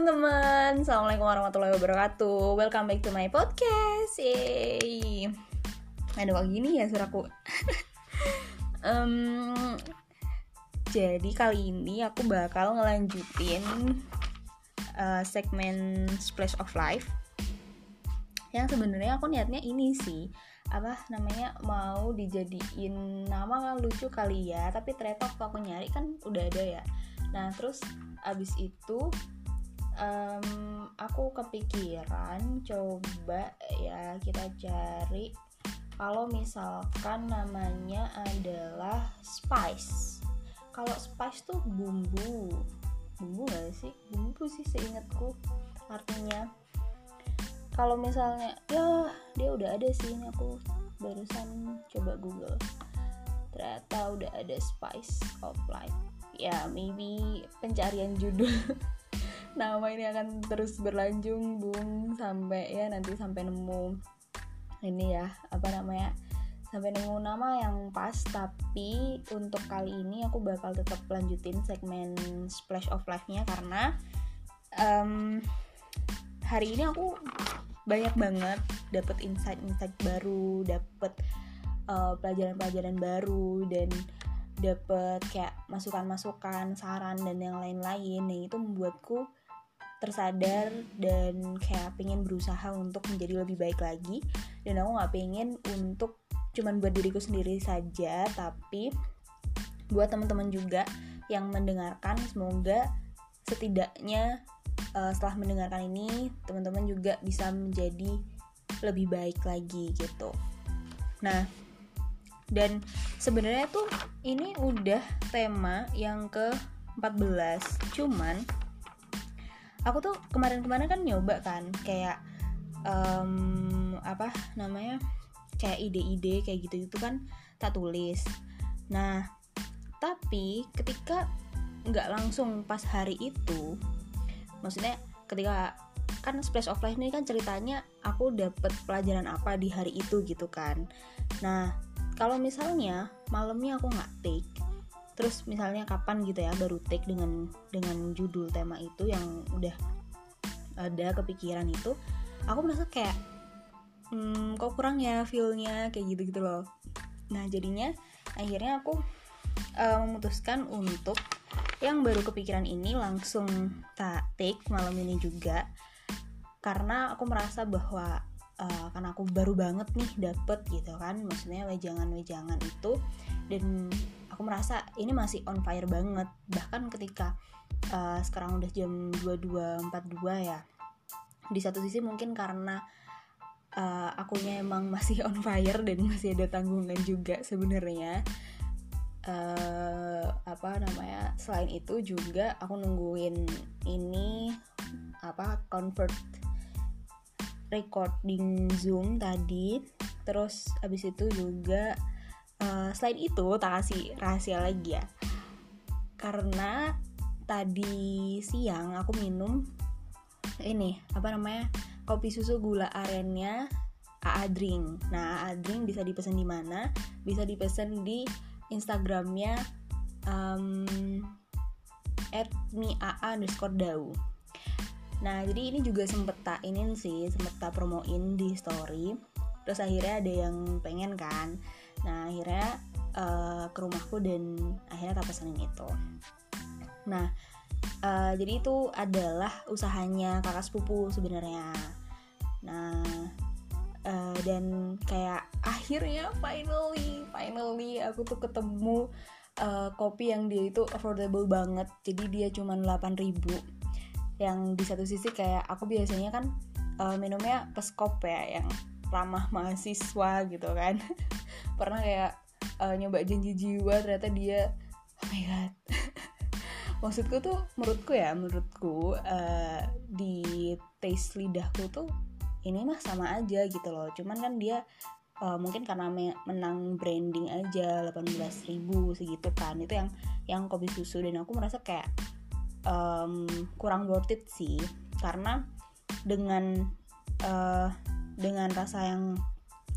teman-teman, Assalamualaikum warahmatullahi wabarakatuh. Welcome back to my podcast. Yeay. Aduh, kok gini ya suaraku. Jadi kali ini aku bakal ngelanjutin segmen Splash of Life. Yang sebenarnya aku niatnya ini sih, mau dijadiin nama lucu kali ya. Tapi ternyata waktu aku nyari kan udah ada ya. Nah terus abis itu aku kepikiran coba ya kita cari kalau misalkan namanya adalah spice. Kalau spice tuh bumbu gak sih? Bumbu sih seingatku artinya. Kalau misalnya ya dia udah ada sih, ini aku barusan coba Google, ternyata udah ada spice of life. Ya maybe pencarian judul nama ini akan terus berlanjung sampai nemu ini ya, sampai nemu nama yang pas. Tapi untuk kali ini aku bakal tetap lanjutin segmen Splash of Life-nya karena hari ini aku banyak banget dapet insight baru, dapet pelajaran-pelajaran baru, dan dapet kayak masukan-masukan, saran dan yang lain-lain yang itu membuatku tersadar dan kayak pengen berusaha untuk menjadi lebih baik lagi. Dan aku gak pengen untuk cuman buat diriku sendiri saja, tapi buat teman-teman juga yang mendengarkan. Semoga setidaknya setelah mendengarkan ini teman-teman juga bisa menjadi lebih baik lagi gitu. Nah, dan sebenarnya tuh ini udah tema yang ke-14. Cuman aku tuh kemarin-kemarin kan nyoba kan kayak kayak ide-ide kayak gitu kan tak tulis. Nah, tapi ketika nggak langsung pas hari itu, maksudnya ketika kan Splash of Life ini kan ceritanya aku dapet pelajaran apa di hari itu gitu kan. Nah, kalau misalnya malamnya aku nggak take, terus misalnya kapan gitu ya baru take dengan judul tema itu yang udah ada kepikiran itu, aku merasa kayak kok kurang ya feel-nya kayak gitu loh. Nah jadinya akhirnya aku memutuskan untuk yang baru kepikiran ini langsung tak take malam ini juga, karena aku merasa bahwa karena aku baru banget nih dapet gitu kan, maksudnya wejangan itu, dan aku merasa ini masih on fire banget. Bahkan ketika sekarang udah jam 22.42 ya, di satu sisi mungkin karena akunya emang masih on fire dan masih ada tanggungan juga sebenarnya. Selain itu juga aku nungguin ini convert recording Zoom tadi. Terus abis itu juga selain itu tak kasih rahasia lagi ya, karena tadi siang aku minum ini kopi susu gula arennya AA Drink. Nah, AA Drink bisa dipesan di mana? Bisa dipesan di Instagramnya @miaa_dau. Nah, jadi ini juga sempet tak promoin di story. Terus akhirnya ada yang pengen kan. Nah, akhirnya ke rumahku dan akhirnya tak pesanin itu. Nah, jadi itu adalah usahanya kakak sepupu sebenarnya. Nah, dan kayak akhirnya finally aku tuh ketemu kopi yang dia itu affordable banget. Jadi dia cuma 8.000. Yang di satu sisi kayak aku biasanya kan minumnya peskop ya, yang ramah mahasiswa gitu kan. Pernah kayak nyoba Janji Jiwa, ternyata dia oh my god. Maksudku tuh menurutku di taste lidahku tuh ini mah sama aja gitu loh. Cuman kan dia mungkin karena menang branding aja 18.000 segitu kan. Itu yang kopi susu, dan aku merasa kayak kurang worth it sih, karena dengan rasa yang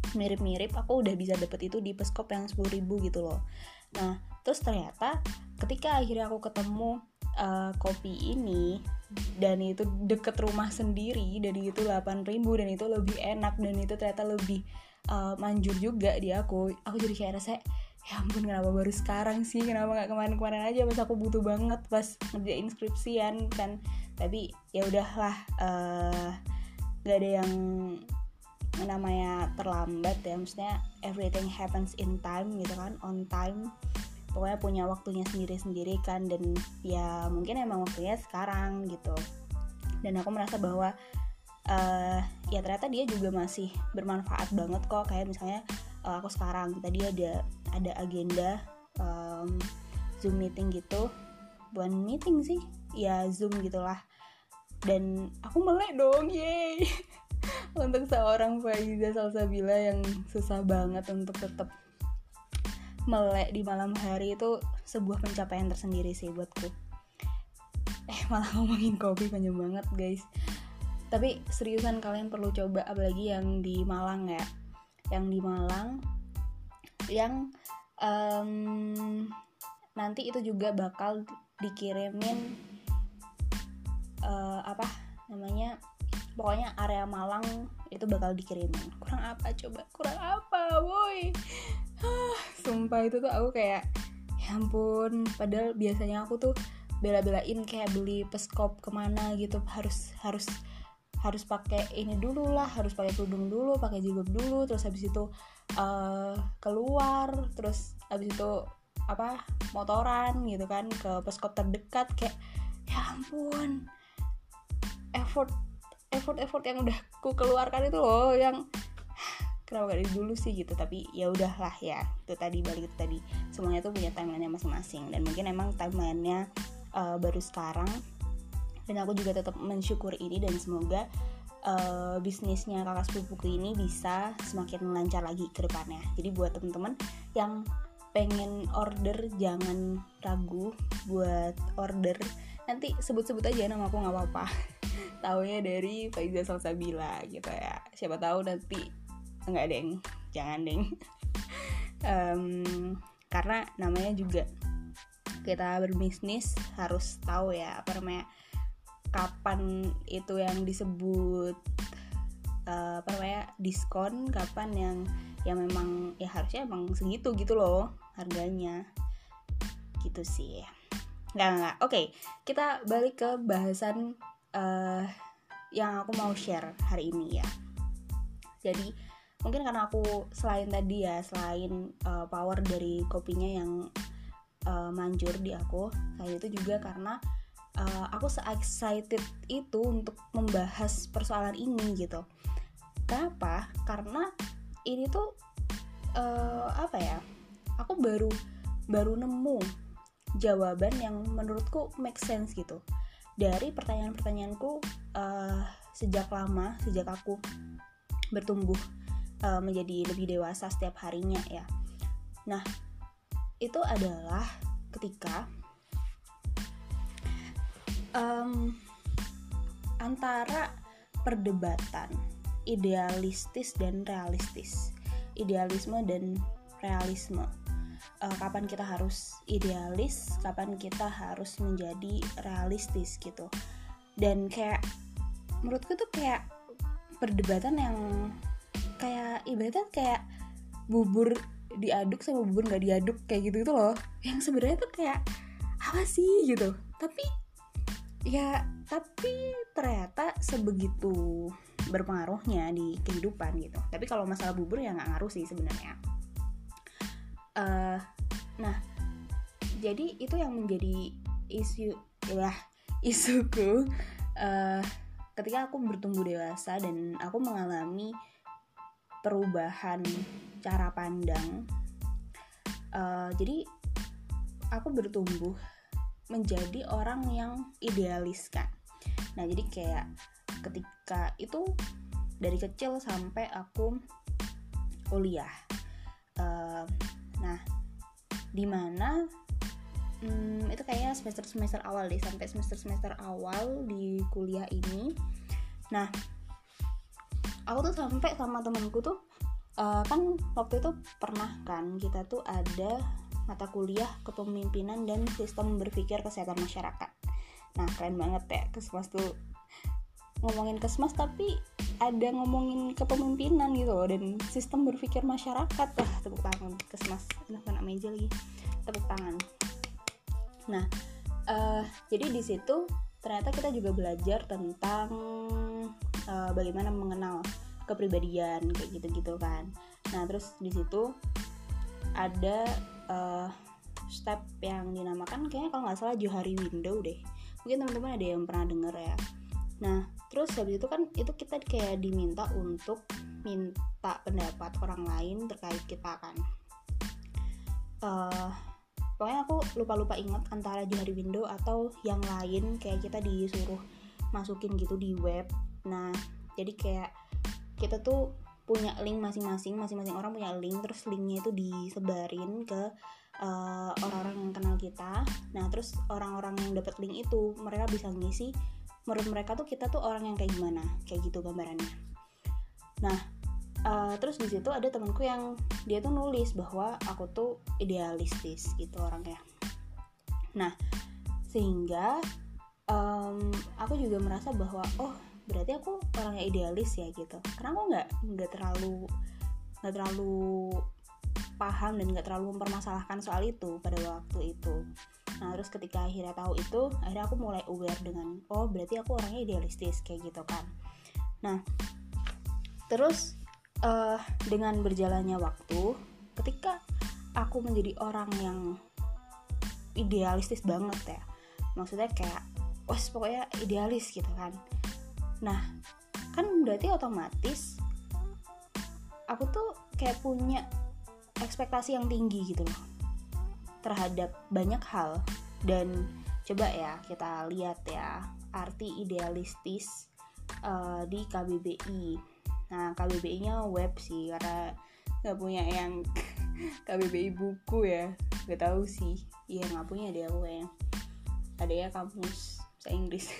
mirip-mirip, aku udah bisa dapet itu di Peskop yang 10.000 gitu loh. Nah terus ternyata ketika akhirnya aku ketemu kopi ini, dan itu deket rumah sendiri, dan itu 8.000, dan itu lebih enak, dan itu ternyata lebih manjur juga di aku jadi kayak rasa, ya ampun kenapa baru sekarang sih, kenapa nggak kemarin-kemarin aja pas aku butuh banget pas ngerjain skripsian kan. Tapi ya udahlah, nggak ada yang namanya terlambat ya, maksudnya everything happens in time gitu kan, on time, pokoknya punya waktunya sendiri-sendiri kan, dan ya mungkin emang waktunya sekarang gitu. Dan aku merasa bahwa ya ternyata dia juga masih bermanfaat banget kok, kayak misalnya aku sekarang tadi ada agenda Zoom meeting gitu, bukan meeting sih, ya Zoom gitulah, dan aku melek dong, yeay. Untuk seorang Faiza Salsabila yang susah banget untuk tetap melek di malam hari, itu sebuah pencapaian tersendiri sih buatku. Malah ngomongin kopi panjang banget guys. Tapi seriusan kalian perlu coba, apalagi yang di Malang ya. Yang di Malang yang nanti itu juga bakal dikirimin pokoknya area Malang itu bakal dikirimin. Kurang apa boy? Sumpah itu tuh aku kayak, ya ampun, padahal biasanya aku tuh bela-belain kayak beli Peskop kemana gitu, harus pakai ini dulu lah, harus pakai kerudung dulu, pakai jilbab dulu, terus habis itu keluar, terus habis itu motoran gitu kan ke Peskop terdekat, kayak ya ampun, effort yang udah ku keluarkan itu loh, yang kenapa gak dari dulu sih gitu. Tapi ya udahlah ya, itu tadi, balik itu tadi, semuanya tuh punya timelinenya masing-masing, dan mungkin emang timelinenya baru sekarang, dan aku juga tetap mensyukuri ini, dan semoga bisnisnya kakak sepupuku ini bisa semakin lancar lagi ke depannya. Jadi buat teman-teman yang pengen order, jangan ragu buat order, nanti sebut-sebut aja nama aku, nggak apa-apa. Taunya dari Faiza Salsabila gitu ya, siapa tahu nanti enggak deng, jangan deng. Karena namanya juga kita berbisnis harus tahu ya kapan itu yang disebut diskon, kapan yang memang ya harusnya emang segitu gitu loh harganya gitu sih. Nggak. Oke, kita balik ke bahasan yang aku mau share hari ini ya. Jadi mungkin karena aku selain power dari kopinya yang manjur di aku, selain itu juga karena aku se-excited itu untuk membahas persoalan ini gitu. Kenapa? Karena ini tuh aku baru nemu jawaban yang menurutku make sense gitu dari pertanyaan-pertanyaanku sejak aku bertumbuh menjadi lebih dewasa setiap harinya ya. Nah, itu adalah ketika antara perdebatan idealistis dan realistis, idealisme dan realisme. Kapan kita harus idealis, kapan kita harus menjadi realistis gitu. Dan kayak menurutku tuh kayak perdebatan yang kayak ibaratnya kayak bubur diaduk sama bubur nggak diaduk kayak gitu loh, yang sebenarnya tuh kayak apa sih gitu, tapi ternyata sebegitu berpengaruhnya di kehidupan gitu. Tapi kalau masalah bubur ya nggak ngaruh sih sebenarnya. Nah, jadi itu yang menjadi isuku ketika aku bertumbuh dewasa dan aku mengalami perubahan cara pandang. Jadi aku bertumbuh menjadi orang yang idealis kan. Nah, jadi kayak ketika itu dari kecil sampai aku kuliah. Nah, dimana itu kayaknya semester awal deh, sampai semester awal di kuliah ini. Nah, aku tuh sampai sama temanku tuh kan waktu itu pernah kan kita tuh ada mata kuliah kepemimpinan dan sistem berpikir kesehatan masyarakat. Nah keren banget ya, Kesmas tuh ngomongin Kesmas tapi ada ngomongin kepemimpinan gitu loh, dan sistem berpikir masyarakat. Wah, tepuk tangan Kesmas, udah kena meja lagi, tepuk tangan. Nah jadi di situ ternyata kita juga belajar tentang bagaimana mengenal kepribadian kayak gitu-gitu kan. Nah terus di situ ada step yang dinamakan, kayaknya kalau nggak salah Johari Window deh, mungkin teman-teman ada yang pernah denger ya. Nah terus habis itu kan itu kita kayak diminta untuk minta pendapat orang lain terkait kita kan. Pokoknya aku lupa ingat antara Johari Window atau yang lain, kayak kita disuruh masukin gitu di web. Nah jadi kayak kita tuh punya link masing-masing orang punya link, terus linknya itu disebarin ke orang-orang yang kenal kita. Nah terus orang-orang yang dapat link itu mereka bisa ngisi menurut mereka tuh kita tuh orang yang kayak gimana, kayak gitu gambarannya. Nah terus di situ ada temanku yang dia tuh nulis bahwa aku tuh idealistis gitu orangnya. Nah sehingga aku juga merasa bahwa berarti aku orangnya idealis ya gitu, karena aku nggak terlalu paham dan nggak terlalu mempermasalahkan soal itu pada waktu itu. Nah terus ketika akhirnya tahu itu, akhirnya aku mulai aware dengan berarti aku orangnya idealistis kayak gitu kan. Nah terus dengan berjalannya waktu, ketika aku menjadi orang yang idealistis banget ya, maksudnya kayak pokoknya idealis gitu kan. Nah kan berarti otomatis aku tuh kayak punya ekspektasi yang tinggi gitu loh terhadap banyak hal. Dan coba ya kita lihat ya arti idealistis di KBBI. Nah KBBI-nya web sih, karena nggak punya yang KBBI buku ya, nggak tahu sih. Iya nggak punya deh aku kayaknya. Ada ya kamus bahasa Inggris.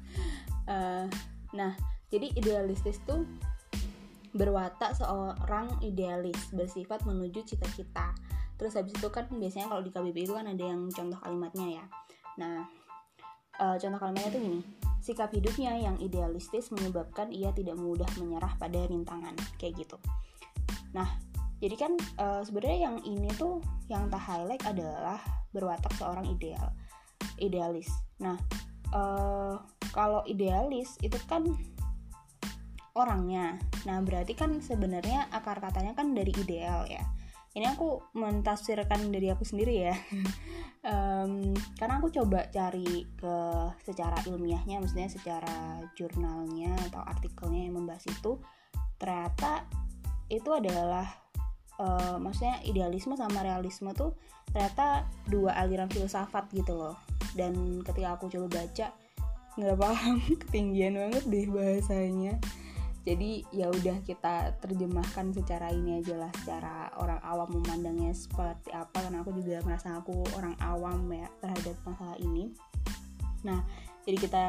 Nah jadi idealistis tuh berwatak seorang idealis bersifat menuju cita-cita. Terus habis itu kan biasanya kalau di KBBI itu kan ada yang contoh kalimatnya ya. Nah contoh kalimatnya tuh gini, sikap hidupnya yang idealistis menyebabkan ia tidak mudah menyerah pada rintangan, kayak gitu. Nah jadi kan sebenarnya yang ini tuh yang tak highlight adalah berwatak seorang idealis. Nah kalau idealis itu kan orangnya. Nah berarti kan sebenarnya akar katanya kan dari ideal ya. Ini aku mentafsirkan dari aku sendiri ya. Karena aku coba cari ke secara ilmiahnya, maksudnya secara jurnalnya atau artikelnya yang membahas itu, ternyata itu adalah maksudnya idealisme sama realisme tuh ternyata dua aliran filsafat gitu loh. Dan ketika aku coba baca, nggak paham, ketinggian banget deh bahasanya. Jadi ya udah kita terjemahkan secara ini aja lah, secara orang awam memandangnya seperti apa, karena aku juga merasa aku orang awam ya terhadap masalah ini. Nah jadi kita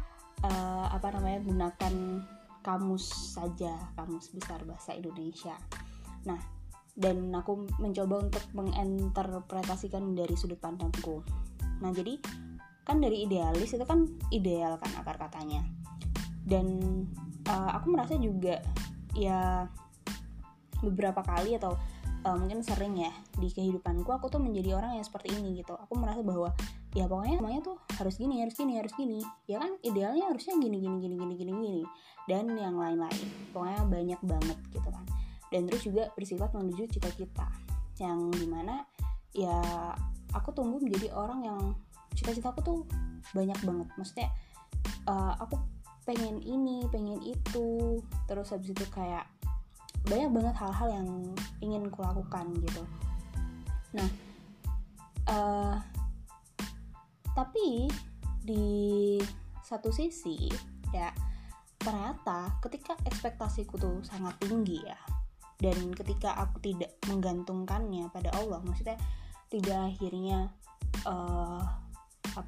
gunakan kamus saja, kamus besar bahasa Indonesia. Nah dan aku mencoba untuk menginterpretasikan dari sudut pandangku. Nah jadi kan dari idealis itu kan ideal kan akar katanya. Dan aku merasa juga ya beberapa kali atau mungkin sering ya di kehidupanku aku tuh menjadi orang yang seperti ini gitu. Aku merasa bahwa ya pokoknya semuanya tuh harus gini ya kan, idealnya harusnya gini dan yang lain-lain, pokoknya banyak banget gitu kan. Dan terus juga bersifat menuju cita-cita yang dimana ya aku tumbuh menjadi orang yang cita-citaku tuh banyak banget. Maksudnya aku pengen ini, pengen itu, terus habis itu kayak banyak banget hal-hal yang ingin kulakukan gitu. Nah tapi di satu sisi ya ternyata ketika ekspektasiku tuh sangat tinggi ya, dan ketika aku tidak menggantungkannya pada Allah, maksudnya tidak akhirnya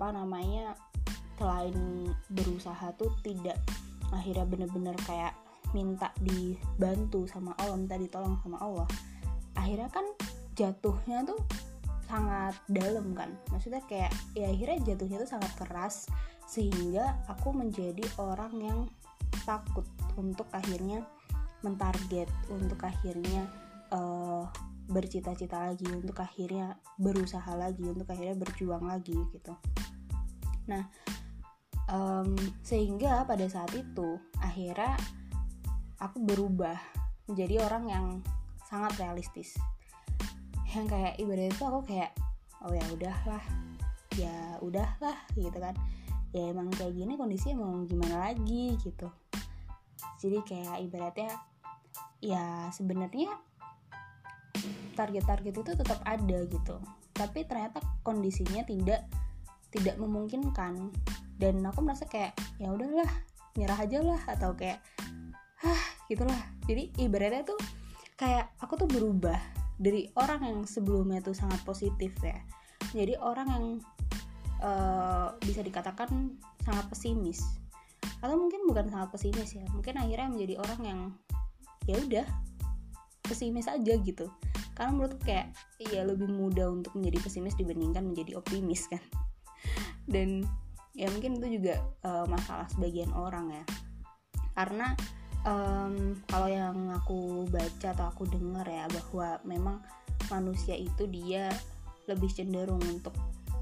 selain berusaha tuh tidak akhirnya bener-bener kayak minta dibantu sama Allah, minta ditolong sama Allah, akhirnya kan jatuhnya tuh sangat dalam kan, maksudnya kayak ya akhirnya jatuhnya tuh sangat keras, sehingga aku menjadi orang yang takut untuk akhirnya mentarget, untuk akhirnya bercita-cita lagi, untuk akhirnya berusaha lagi, untuk akhirnya berjuang lagi gitu. Nah sehingga pada saat itu akhirnya aku berubah menjadi orang yang sangat realistis, yang kayak ibaratnya itu aku kayak oh ya udahlah gitu kan, ya emang kayak gini kondisinya mau gimana lagi gitu. Jadi kayak ibaratnya ya sebenarnya target-target itu tetap ada gitu, tapi ternyata kondisinya tidak memungkinkan, dan aku merasa kayak ya udahlah nyerah aja lah, atau kayak gitulah. Jadi ibaratnya tuh kayak aku tuh berubah dari orang yang sebelumnya tuh sangat positif ya, jadi orang yang bisa dikatakan sangat pesimis, atau mungkin bukan sangat pesimis ya, mungkin akhirnya menjadi orang yang ya udah pesimis aja gitu, karena menurutku kayak ya lebih mudah untuk menjadi pesimis dibandingkan menjadi optimis kan. Dan ya mungkin itu juga masalah sebagian orang ya, karena kalau yang aku baca atau aku dengar ya, bahwa memang manusia itu dia lebih cenderung untuk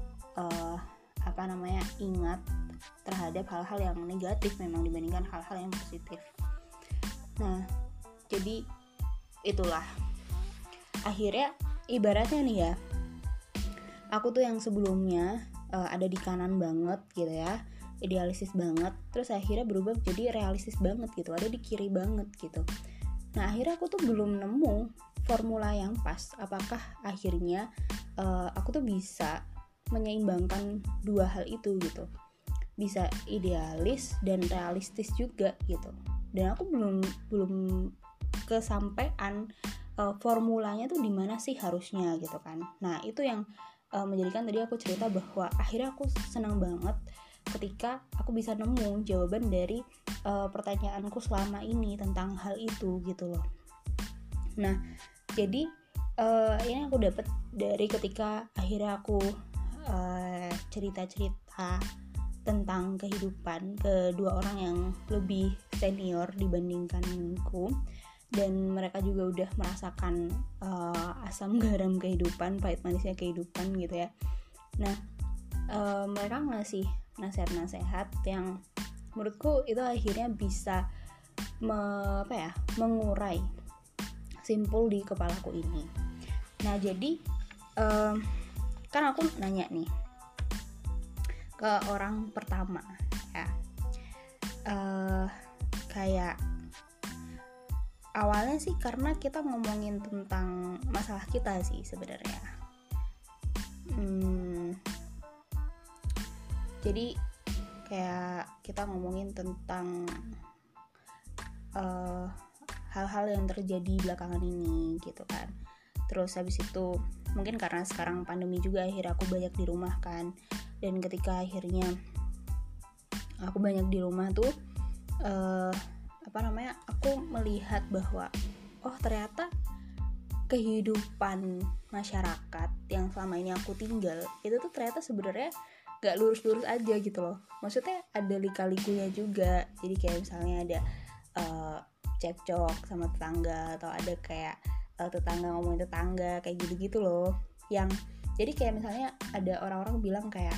ingat terhadap hal-hal yang negatif memang dibandingkan hal-hal yang positif. Nah jadi itulah akhirnya ibaratnya nih ya, aku tuh yang sebelumnya ada di kanan banget gitu ya, idealistis banget, terus akhirnya berubah jadi realistis banget gitu, ada di kiri banget gitu. Nah akhirnya aku tuh belum nemu formula yang pas, apakah akhirnya aku tuh bisa menyeimbangkan dua hal itu gitu, bisa idealis dan realistis juga gitu. Dan aku belum kesampaian formulanya tuh di mana sih harusnya gitu kan. Nah itu yang menjadikan tadi aku cerita bahwa akhirnya aku senang banget ketika aku bisa nemu jawaban dari pertanyaanku selama ini tentang hal itu gitu loh. Nah jadi ini aku dapat dari ketika akhirnya aku cerita-cerita tentang kehidupan ke dua orang yang lebih senior dibandingkanku, dan mereka juga udah merasakan asam garam kehidupan, pahit manisnya kehidupan gitu ya. Nah mereka ngasih nasihat-nasihat yang menurutku itu akhirnya bisa mengurai simpul di kepalaku ini. Nah jadi kan aku nanya nih ke orang pertama ya, kayak awalnya sih karena kita ngomongin tentang masalah kita sih sebenarnya. Jadi kayak kita ngomongin tentang hal-hal yang terjadi belakangan ini gitu kan. Terus habis itu mungkin karena sekarang pandemi juga akhirnya aku banyak di rumah kan, dan ketika akhirnya aku banyak di rumah tuh aku melihat bahwa oh ternyata kehidupan masyarakat yang selama ini aku tinggal itu tuh ternyata sebenarnya gak lurus-lurus aja gitu loh. Maksudnya ada lika-likunya juga. Jadi kayak misalnya ada cekcok sama tetangga, atau ada kayak tetangga ngomongin tetangga kayak gitu-gitu loh. Yang jadi kayak misalnya ada orang-orang bilang kayak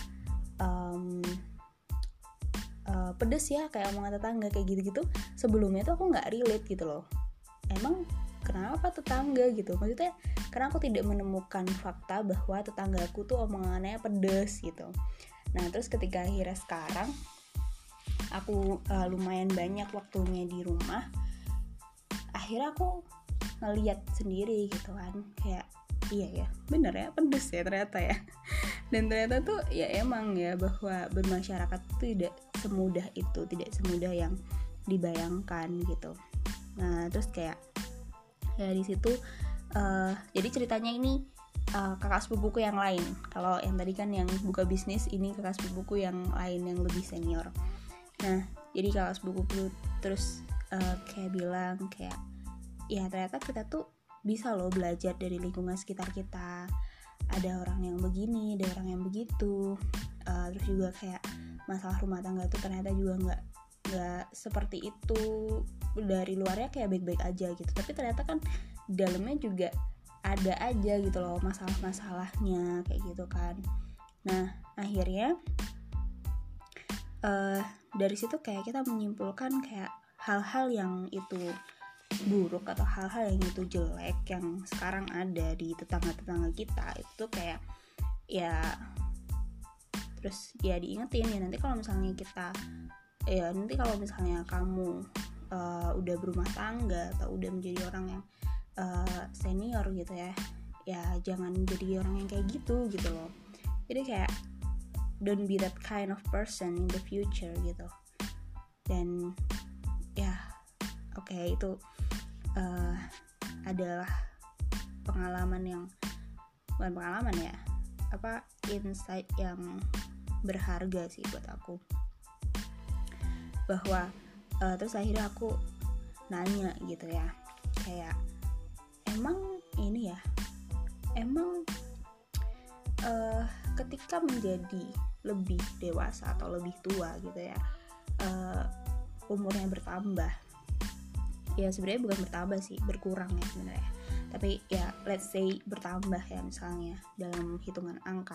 pedes ya kayak omongan tetangga kayak gitu-gitu. Sebelumnya tuh aku nggak relate gitu loh. Emang kenapa tetangga gitu? Maksudnya karena aku tidak menemukan fakta bahwa tetanggaku tuh omongannya pedes gitu. Nah terus ketika akhirnya sekarang aku lumayan banyak waktunya di rumah, akhirnya aku ngeliat sendiri gitu kan, kayak iya ya bener ya pedes ya ternyata ya. Dan ternyata tuh ya emang ya bahwa bermasyarakat tuh tidak semudah itu, tidak semudah yang dibayangkan gitu. Nah terus kayak ya di situ jadi ceritanya ini kakak sepupuku yang lain. Kalau yang tadi kan yang buka bisnis, ini kakak sepupuku yang lain yang lebih senior. Nah jadi kakak sepupuku terus kayak bilang kayak ya ternyata kita tuh bisa loh belajar dari lingkungan sekitar kita. Ada orang yang begini, ada orang yang begitu. Terus juga kayak masalah rumah tangga tuh ternyata juga nggak seperti itu. Dari luarnya kayak baik-baik aja gitu, tapi ternyata kan dalamnya juga ada aja gitu loh masalah-masalahnya kayak gitu kan. Nah akhirnya dari situ kayak kita menyimpulkan kayak hal-hal yang itu buruk atau hal-hal yang itu jelek yang sekarang ada di tetangga-tetangga kita itu tuh kayak ya terus ya diingetin ya nanti kalau misalnya kamu udah berumah tangga atau udah menjadi orang yang senior gitu ya jangan jadi orang yang kayak gitu loh. Jadi kayak don't be that kind of person in the future gitu. Dan ya oke, itu adalah insight yang berharga sih buat aku, bahwa terus akhirnya aku nanya gitu ya, kayak emang ketika menjadi lebih dewasa atau lebih tua gitu ya, umurnya bertambah, ya sebenarnya bukan bertambah sih, berkurang ya sebenarnya, tapi ya let's say bertambah ya misalnya dalam hitungan angka,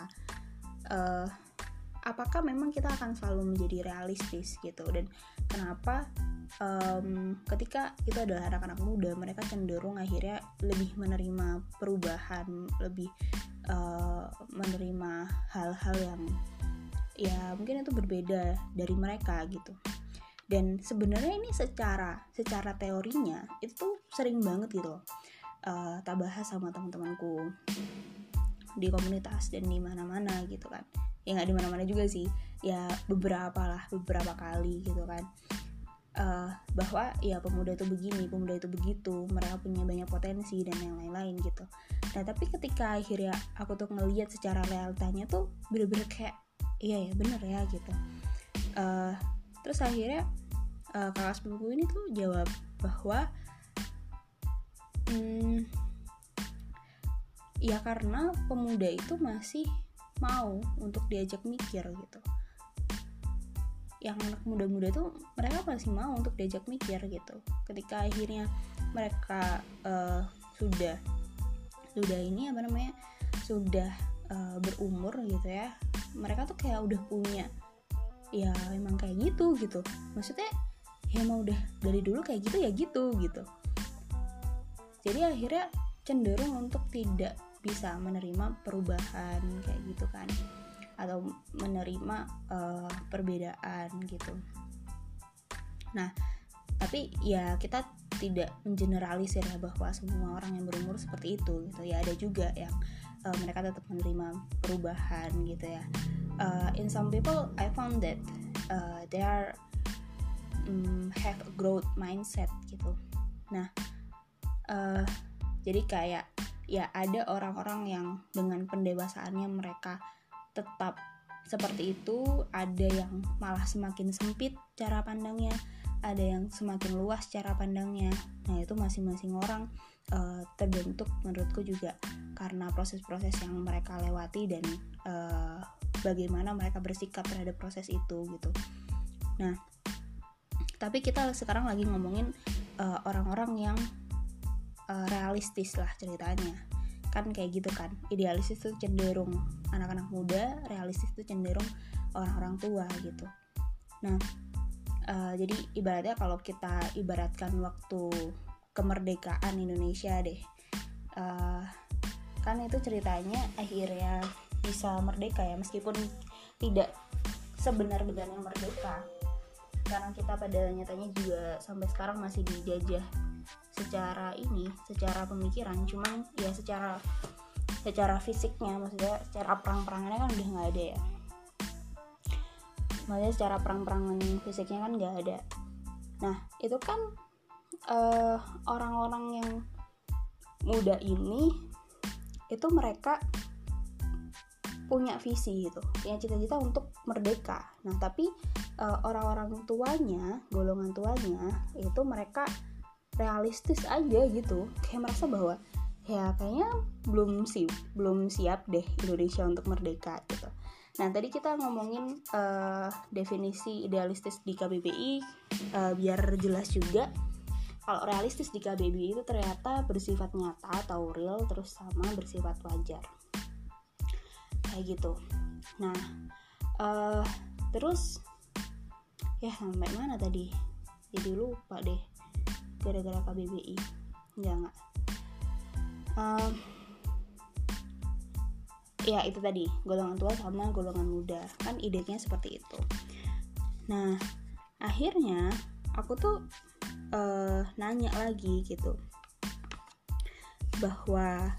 apakah memang kita akan selalu menjadi realistis gitu. Dan kenapa ketika itu adalah anak-anak muda, mereka cenderung akhirnya lebih menerima perubahan, lebih menerima hal-hal yang ya mungkin itu berbeda dari mereka gitu. Dan sebenarnya ini secara teorinya itu tuh sering banget gitu loh, tak bahas sama teman-temanku di komunitas dan di mana-mana gitu kan. Ya nggak di mana-mana juga sih, ya beberapa kali gitu kan, bahwa ya pemuda itu begini, pemuda itu begitu, mereka punya banyak potensi dan yang lain-lain gitu. Nah tapi ketika akhirnya aku tuh ngelihat secara realitanya tuh bener-bener kayak iya ya bener ya gitu. Terus akhirnya kakak sepupuku ini tuh jawab bahwa ya karena pemuda itu masih mau untuk diajak mikir gitu. Yang anak muda-muda tuh mereka masih mau untuk diajak mikir gitu. Ketika akhirnya mereka sudah berumur gitu ya, mereka tuh kayak udah punya ya emang kayak gitu. Maksudnya ya emang udah dari dulu kayak gitu ya gitu. Jadi akhirnya cenderung untuk tidak bisa menerima perubahan kayak gitu kan, atau menerima perbedaan gitu. Nah tapi ya kita tidak mengeneralisir ya bahwa semua orang yang berumur seperti itu gitu ya. Ada juga yang mereka tetap menerima perubahan gitu ya. In some people I found that they are have a growth mindset gitu. Nah jadi kayak ya ada orang-orang yang dengan pendewasaannya mereka tetap seperti itu, ada yang malah semakin sempit cara pandangnya, ada yang semakin luas cara pandangnya. Nah itu masing-masing orang terbentuk menurutku juga karena proses-proses yang mereka lewati dan bagaimana mereka bersikap terhadap proses itu gitu. Nah tapi kita sekarang lagi ngomongin orang-orang yang realistis lah ceritanya kan, kayak gitu kan. Idealis itu cenderung anak-anak muda, realistis itu cenderung orang-orang tua gitu. Nah jadi ibaratnya kalau kita ibaratkan waktu kemerdekaan Indonesia deh, kan itu ceritanya akhirnya bisa merdeka ya, meskipun tidak sebenar-benarnya merdeka, karena kita pada nyatanya juga sampai sekarang masih dijajah secara pemikiran, cuman ya secara fisiknya, maksudnya secara perang-perangannya kan udah nggak ada ya. Maksudnya secara perang-perangan fisiknya kan nggak ada. Nah itu kan orang-orang yang muda ini itu mereka punya visi gitu, punya cita-cita untuk merdeka. Nah tapi orang-orang tuanya, golongan tuanya itu mereka realistis aja gitu, kayak merasa bahwa ya kayaknya belum siap deh Indonesia untuk merdeka gitu. Nah tadi kita ngomongin definisi idealistis di KBBI, biar jelas juga kalau realistis di KBBI itu ternyata bersifat nyata atau real, terus sama bersifat wajar kayak gitu. Nah terus ya sampai mana tadi, jadi lupa deh gara-gara KBBI. Enggak ya itu tadi, golongan tua sama golongan muda, kan idenya seperti itu. Nah akhirnya aku tuh nanya lagi gitu, bahwa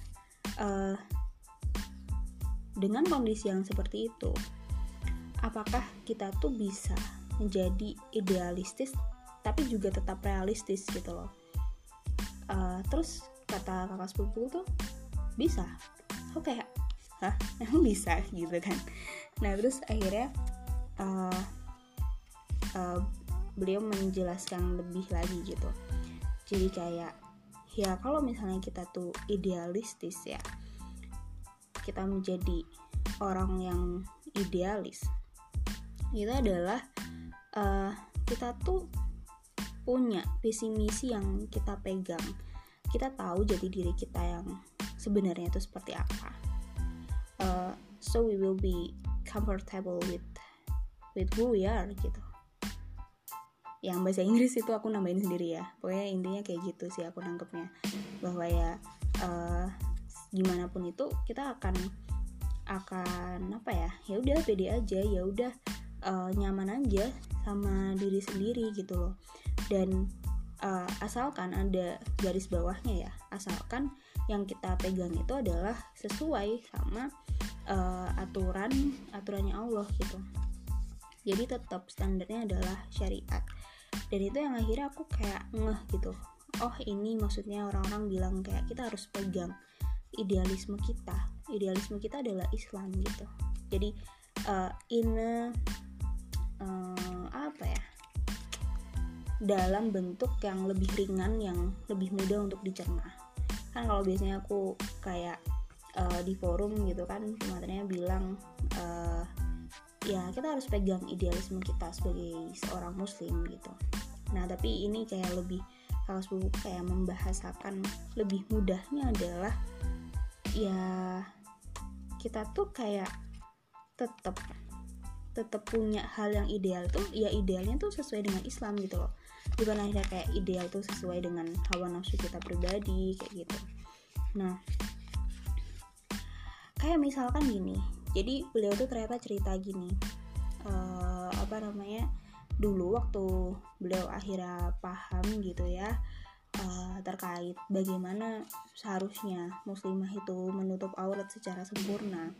dengan kondisi yang seperti itu, apakah kita tuh bisa menjadi idealistis tapi juga tetap realistis gitu loh. Terus kata kakak sepupu tuh bisa. Oke, hah emang bisa gitu kan. Nah terus akhirnya beliau menjelaskan lebih lagi gitu. Jadi kayak ya kalau misalnya kita tuh idealistis ya, kita menjadi orang yang idealis, itu adalah kita tuh punya visi misi yang kita pegang. Kita tahu jati diri kita yang sebenarnya itu seperti apa. So we will be comfortable with who we are gitu. Yang bahasa Inggris itu aku nambahin sendiri ya. Pokoknya intinya kayak gitu sih aku nangkepnya, bahwa ya gimana pun itu kita akan apa ya udah pede aja, ya udah nyaman aja sama diri sendiri gitu loh. Dan asalkan ada garis bawahnya ya, asalkan yang kita pegang itu adalah sesuai sama aturannya Allah gitu. Jadi tetap standarnya adalah syariat. Dan itu yang akhirnya aku kayak ngeh gitu, oh ini maksudnya orang-orang bilang kayak kita harus pegang idealisme kita adalah Islam gitu. Jadi apa ya, dalam bentuk yang lebih ringan, yang lebih mudah untuk dicerna. Kan kalau biasanya aku kayak di forum gitu kan, materinya bilang ya kita harus pegang idealisme kita sebagai seorang muslim gitu. Nah tapi ini kayak lebih, kalau sepupu kayak membahasakan lebih mudahnya adalah ya kita tuh kayak tetap punya hal yang ideal tuh, ya idealnya tuh sesuai dengan Islam gitu loh, bukan akhirnya kayak ideal tuh sesuai dengan hawa nafsu kita pribadi kayak gitu. Nah kayak misalkan gini, jadi beliau tuh ternyata cerita gini, dulu waktu beliau akhirnya paham gitu ya, terkait bagaimana seharusnya muslimah itu menutup aurat secara sempurna.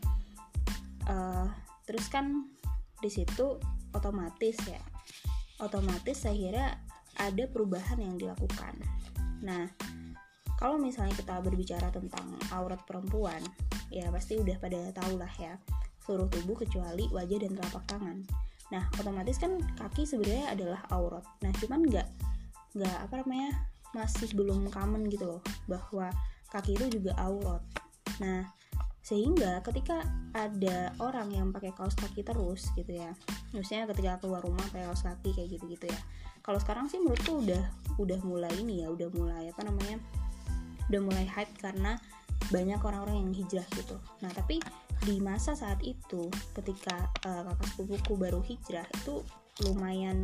Terus kan di situ otomatis akhirnya ada perubahan yang dilakukan. Nah kalau misalnya kita berbicara tentang aurat perempuan, ya pasti udah pada tahu lah ya, seluruh tubuh kecuali wajah dan telapak tangan. Nah otomatis kan kaki sebenarnya adalah aurat. Nah cuman nggak masih belum common gitu loh bahwa kaki itu juga aurat. Nah sehingga ketika ada orang yang pakai kaos kaki terus gitu ya, maksudnya ketika keluar rumah pakai kaos kaki kayak gitu ya, kalau sekarang sih menurutku udah mulai ini ya, udah mulai hype karena banyak orang-orang yang hijrah gitu. Nah tapi di masa saat itu ketika kakak sepupuku baru hijrah itu lumayan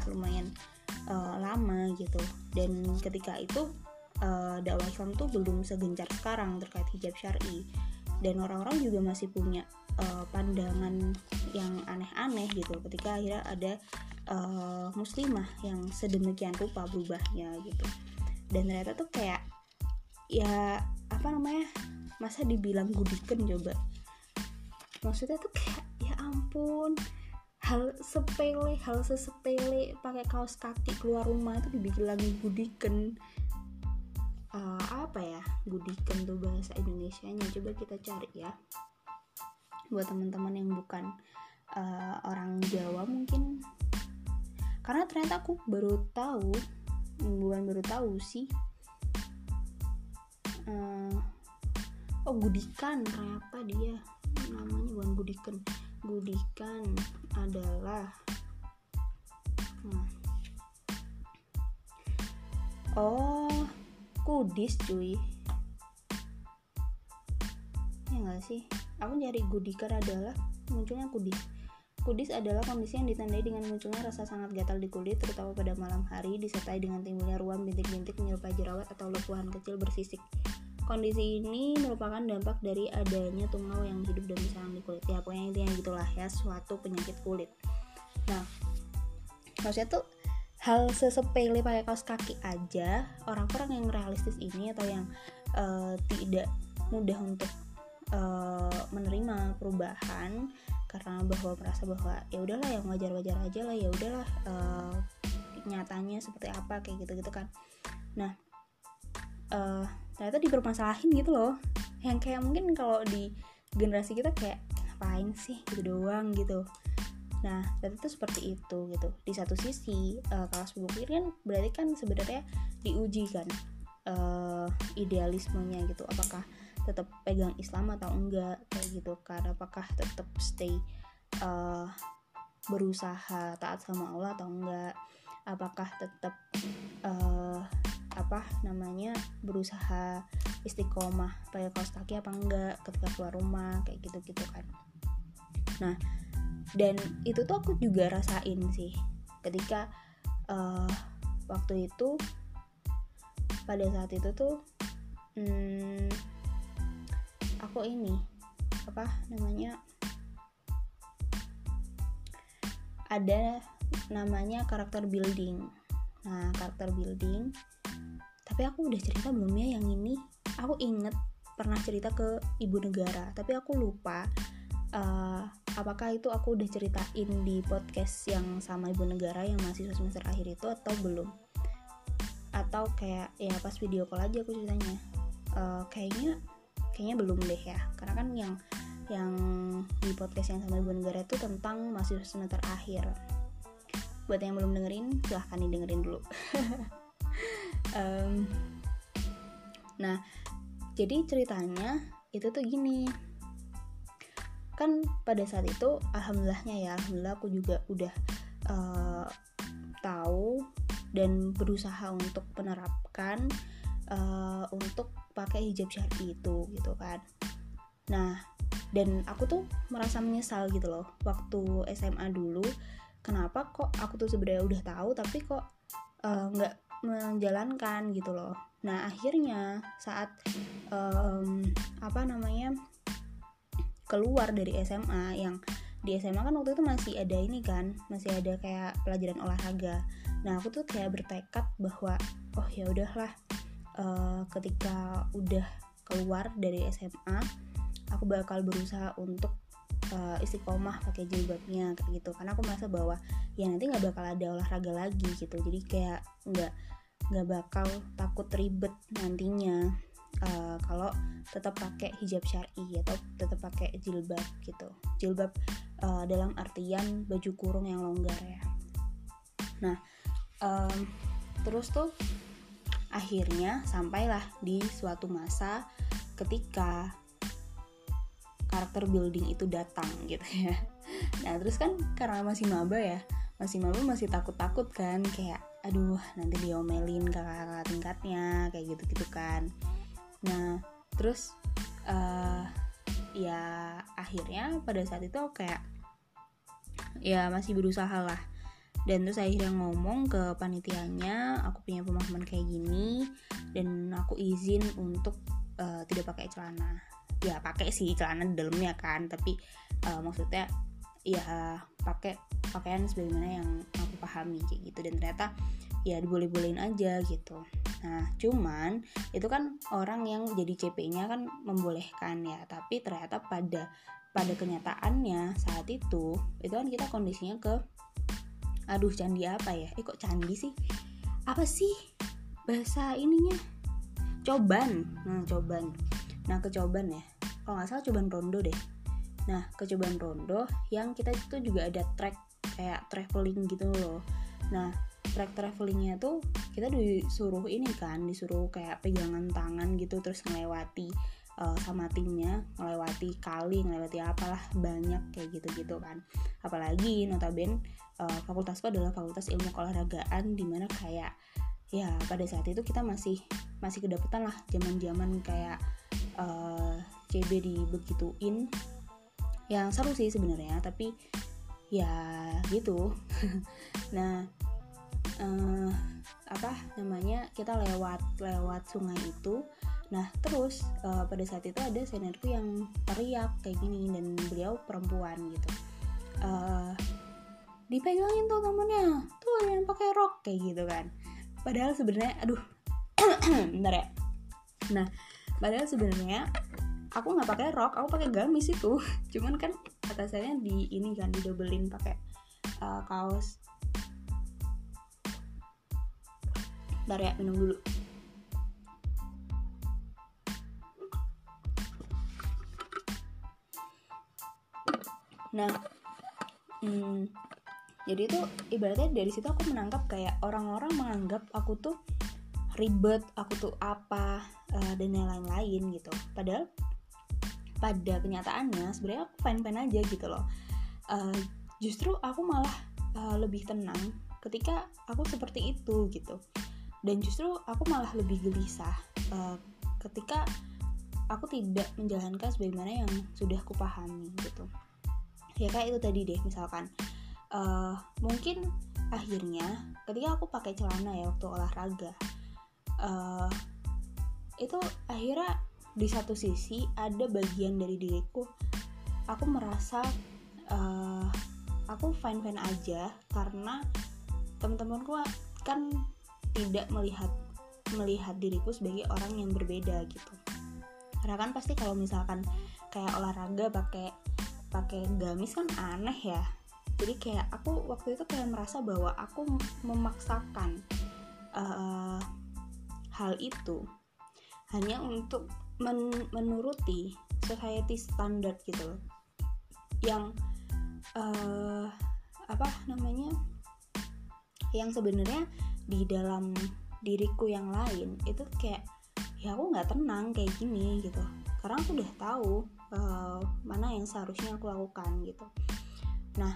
lama gitu. Dan ketika itu dakwah Islam tuh belum segencar sekarang terkait hijab syar'i, dan orang-orang juga masih punya pandangan yang aneh-aneh gitu ketika akhirnya ada muslimah yang sedemikian rupa berubahnya gitu. Dan ternyata tuh kayak ya masa dibilang gudikan coba, maksudnya tuh kayak ya ampun, hal sesepele pakai kaos kaki keluar rumah itu dibilang gudikan. Gudikan tuh bahasa Indonesianya, coba kita cari ya. buat teman-teman yang bukan orang Jawa mungkin, karena ternyata aku baru tahu sih, gudikan, ternyata dia namanya bukan gudikan. Gudikan adalah kudis cuy, ya nggak sih? Aku nyari gudikan adalah munculnya kudis. Kudis adalah kondisi yang ditandai dengan munculnya rasa sangat gatal di kulit, terutama pada malam hari, disertai dengan timbulnya ruam, bintik-bintik menyerupai jerawat atau lepuhan kecil bersisik. Kondisi ini merupakan dampak dari adanya tungau yang hidup dan bersarang di kulit. Ya pokoknya intinya gitulah ya, suatu penyakit kulit. Nah, maksudnya tuh hal sesepele pakai kaos kaki aja, orang-orang yang realistis ini atau yang tidak mudah untuk menerima perubahan karena merasa bahwa ya udahlah yang wajar-wajar aja lah, ya udahlah nyatanya seperti apa kayak gitu kan. Nah, ternyata dipermasalahin gitu loh, yang kayak mungkin kalau di generasi kita kayak ngapain sih gitu doang gitu. Nah, ternyata itu seperti itu gitu. Di satu sisi kalau sebuah pikir kan berarti kan sebenarnya diuji kan idealismenya gitu, apakah tetap pegang Islam atau enggak kayak gitu kan, apakah tetap stay berusaha taat sama Allah atau enggak, apakah tetap berusaha istiqomah pakai kaos kaki apa enggak ketika keluar rumah kayak gitu kan. Nah, dan itu tuh aku juga rasain sih ketika waktu itu, pada saat itu tuh aku ada namanya karakter building. Nah, karakter building, tapi aku udah cerita belum ya yang ini? Aku inget pernah cerita ke Ibu Negara, tapi aku lupa apakah itu aku udah ceritain di podcast yang sama Ibu Negara yang masih semester akhir itu atau belum, atau kayak ya pas video call aja aku ceritanya. Kayaknya belum deh ya, karena kan yang di podcast yang sama Ibu Negara itu tentang masih semester akhir. Buat yang belum dengerin, silahkan didengerin dulu. Nah, jadi ceritanya itu tuh gini, kan pada saat itu alhamdulillah aku juga udah tahu dan berusaha untuk menerapkan untuk pakai hijab syar'i itu gitu kan. Nah, dan aku tuh merasa menyesal gitu loh waktu SMA dulu, kenapa kok aku tuh sebenarnya udah tahu tapi kok nggak menjalankan gitu loh. Nah, akhirnya saat keluar dari SMA, yang di SMA kan waktu itu masih ada masih ada kayak pelajaran olahraga. Nah, aku tuh kayak bertekad bahwa oh ya udahlah, ketika udah keluar dari SMA aku bakal berusaha untuk istiqomah pakai jilbabnya kayak gitu, karena aku merasa bahwa ya nanti nggak bakal ada olahraga lagi gitu, jadi kayak nggak bakal takut ribet nantinya kalau tetap pakai hijab syar'i atau tetap pakai jilbab gitu. Jilbab dalam artian baju kurung yang longgar ya. Nah, terus tuh akhirnya sampailah di suatu masa ketika karakter building itu datang gitu ya. Nah, terus kan karena masih maba masih takut-takut kan, kayak aduh nanti diomelin kakak-kakak tingkatnya kayak gitu kan. Nah, terus ya akhirnya pada saat itu aku kayak ya masih berusaha lah. Dan terus akhirnya ngomong ke panitianya, aku punya pemahaman kayak gini dan aku izin untuk tidak pakai celana. Ya pakai sih celana di dalamnya kan, tapi maksudnya ya pakai pakaian sebagaimana yang aku pahami kayak gitu. Dan ternyata ya diboleh-bolehin aja gitu. Nah, cuman itu kan orang yang jadi CP-nya kan membolehkan ya, tapi ternyata pada kenyataannya saat itu kan kita kondisinya candi apa ya? Kok candi sih? Apa sih bahasa ininya? Coban. Nah, ke Coban ya. Kalau nggak salah Coban Rondo deh. Nah, kecobaan rondo yang kita itu juga ada track kayak traveling gitu loh. Nah, track travelingnya tuh kita disuruh kayak pegangan tangan gitu, terus ngelewati sama timnya, ngelewati kali, ngelewati apalah banyak kayak gitu-gitu kan. Apalagi notabene fakultasku adalah fakultas ilmu keolahragaan, dimana kayak ya pada saat itu kita masih kedapetan lah zaman-zaman kayak CB dibegituin. Yang seru sih sebenarnya, tapi ya gitu. Nah, kita lewat sungai itu. Nah terus pada saat itu ada seniorku yang teriak kayak gini, dan beliau perempuan gitu, dipegangin tuh temennya tuh yang pakai rok kayak gitu kan. Padahal sebenarnya bentar ya. Nah padahal sebenarnya aku nggak pakai rok, aku pakai gamis itu. Cuman kan atasannya didobelin pakai kaos. Bentar ya, minum dulu. Nah, jadi itu ibaratnya dari situ aku menangkap kayak orang-orang menganggap aku tuh ribet, aku tuh apa, dan yang lain-lain gitu. Padahal pada kenyataannya sebenarnya aku fine-fine aja gitu loh. Justru aku malah lebih tenang ketika aku seperti itu gitu. Dan justru aku malah lebih gelisah ketika aku tidak menjalankan sebagaimana yang sudah kupahami gitu. Ya kayak itu tadi deh, misalkan mungkin akhirnya ketika aku pakai celana ya waktu olahraga, itu akhirnya di satu sisi ada bagian dari diriku, aku merasa aku fine-fine aja karena teman-temanku kan tidak melihat diriku sebagai orang yang berbeda gitu. Karena kan pasti kalau misalkan kayak olahraga pakai gamis kan aneh ya. Jadi kayak aku waktu itu kayak merasa bahwa aku memaksakan hal itu hanya untuk menuruti society standard gitu loh. Yang yang sebenarnya di dalam diriku yang lain itu kayak ya aku nggak tenang kayak gini gitu, karena aku udah tahu mana yang seharusnya aku lakukan gitu. Nah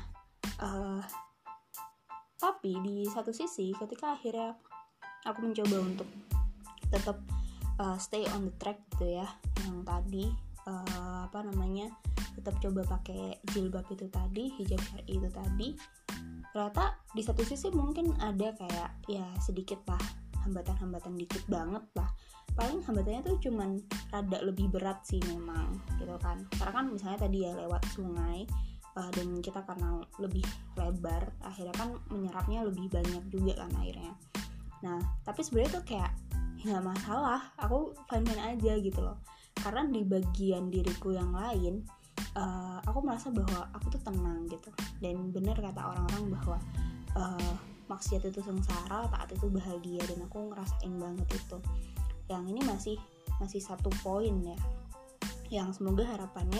tapi di satu sisi ketika akhirnya aku mencoba untuk tetap stay on the track gitu ya, yang tadi tetap coba pakai jilbab itu tadi, hijab syar'i itu tadi, ternyata di satu sisi mungkin ada kayak ya sedikit lah hambatan dikit banget lah. Paling hambatannya tuh cuman rada lebih berat sih memang gitu kan, karena kan misalnya tadi ya lewat sungai, dan kita karena lebih lebar akhirnya kan menyerapnya lebih banyak juga kan airnya. Nah tapi sebenarnya tuh kayak nggak masalah, aku fine-fine aja gitu loh, karena di bagian diriku yang lain aku merasa bahwa aku tuh tenang gitu. Dan benar kata orang-orang bahwa maksiat itu sengsara, taat itu bahagia, dan aku ngerasain banget itu. Yang ini masih satu poin ya, yang semoga harapannya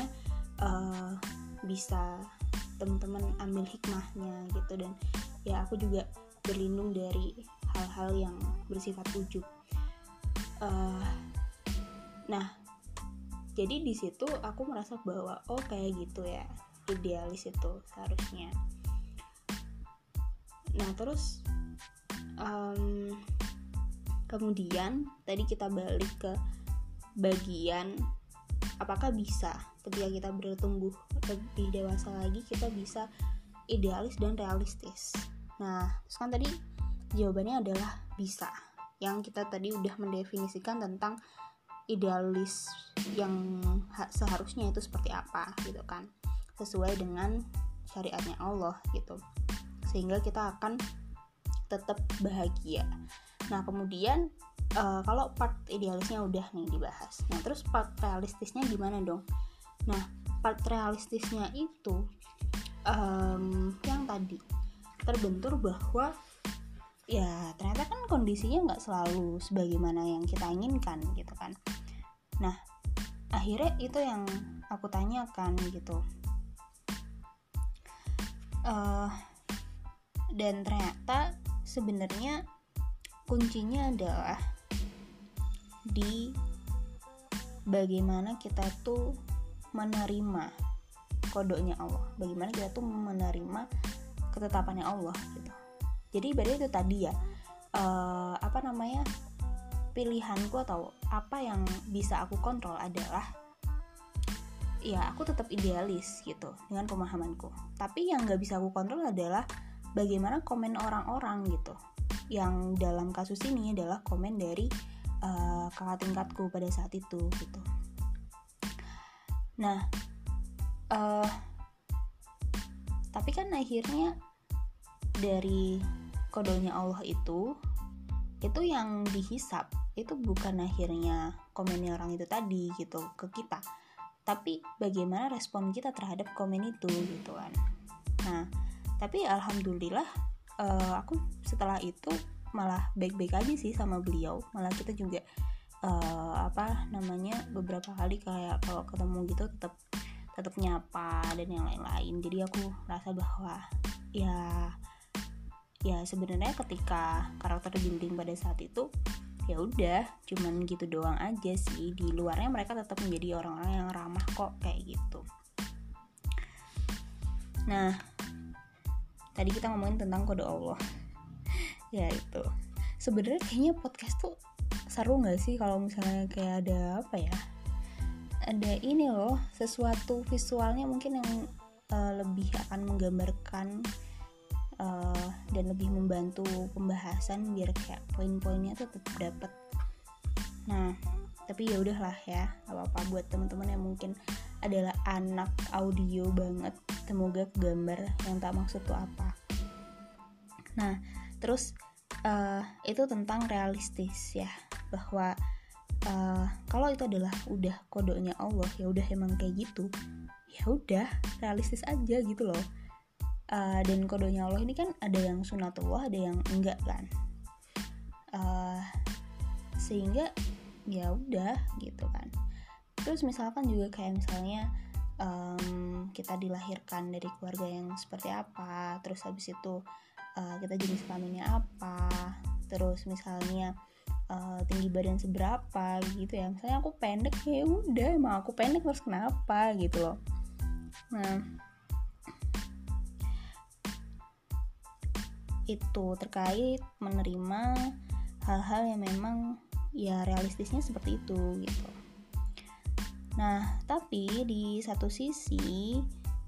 bisa teman-teman ambil hikmahnya gitu. Dan ya aku juga berlindung dari hal-hal yang bersifat ujub. Nah jadi di situ aku merasa bahwa oh kayak gitu ya idealis itu seharusnya. Nah terus kemudian tadi kita balik ke bagian apakah bisa ketika kita bertumbuh lebih dewasa lagi kita bisa idealis dan realistis. Nah terus kan tadi jawabannya adalah bisa, yang kita tadi udah mendefinisikan tentang idealis yang seharusnya itu seperti apa gitu kan, sesuai dengan syariatnya Allah gitu, sehingga kita akan tetap bahagia. Nah kemudian kalau part idealisnya udah nih dibahas, nah terus part realistisnya gimana dong? Nah part realistisnya itu yang tadi terbentur bahwa ya ternyata kan kondisinya nggak selalu sebagaimana yang kita inginkan gitu kan. Nah akhirnya itu yang aku tanyakan gitu. Dan ternyata sebenarnya kuncinya adalah di bagaimana kita tuh menerima kodenya Allah, bagaimana kita tuh menerima ketetapannya Allah gitu. Jadi ibaratnya itu tadi ya, pilihanku atau apa yang bisa aku kontrol adalah ya aku tetap idealis gitu dengan pemahamanku. Tapi yang nggak bisa aku kontrol adalah bagaimana komen orang-orang gitu. Yang dalam kasus ini adalah komen dari kakak tingkatku pada saat itu gitu. Nah, tapi kan akhirnya dari kodenya Allah itu yang dihisap itu bukan akhirnya komennya orang itu tadi gitu ke kita, tapi bagaimana respon kita terhadap komen itu gitu kan. Nah, tapi alhamdulillah aku setelah itu malah baik-baik aja sih sama beliau. Malah kita juga beberapa kali kayak kalau ketemu gitu tetap nyapa dan yang lain-lain. Jadi aku rasa bahwa ya sebenarnya ketika karakter building pada saat itu ya udah cuman gitu doang aja sih. Di luarnya mereka tetap menjadi orang-orang yang ramah kok kayak gitu. Nah, tadi kita ngomongin tentang kode Allah. Ya itu. Sebenarnya kayaknya podcast tuh seru nggak sih kalau misalnya kayak ada ada ini loh, sesuatu visualnya mungkin yang lebih akan menggambarkan dan lebih membantu pembahasan biar kayak poin-poinnya tuh tetap dapat. Nah, tapi ya udahlah ya, apa-apa buat teman-teman yang mungkin adalah anak audio banget, semoga gambar yang tak maksud tuh apa. Nah, terus itu tentang realistis ya, bahwa kalau itu adalah udah kodenya Allah, ya udah emang kayak gitu, ya udah realistis aja gitu loh. Dan kodenya Allah ini kan ada yang sunatullah, ada yang enggak kan, sehingga ya udah gitu kan. Terus misalkan juga kayak misalnya kita dilahirkan dari keluarga yang seperti apa, terus habis itu kita jenis kelaminnya apa, terus misalnya tinggi badan seberapa gitu ya. Misalnya aku pendek, ya udah emang aku pendek terus kenapa gitu loh. Nah, itu terkait menerima hal-hal yang memang ya realistisnya seperti itu gitu. Nah, tapi di satu sisi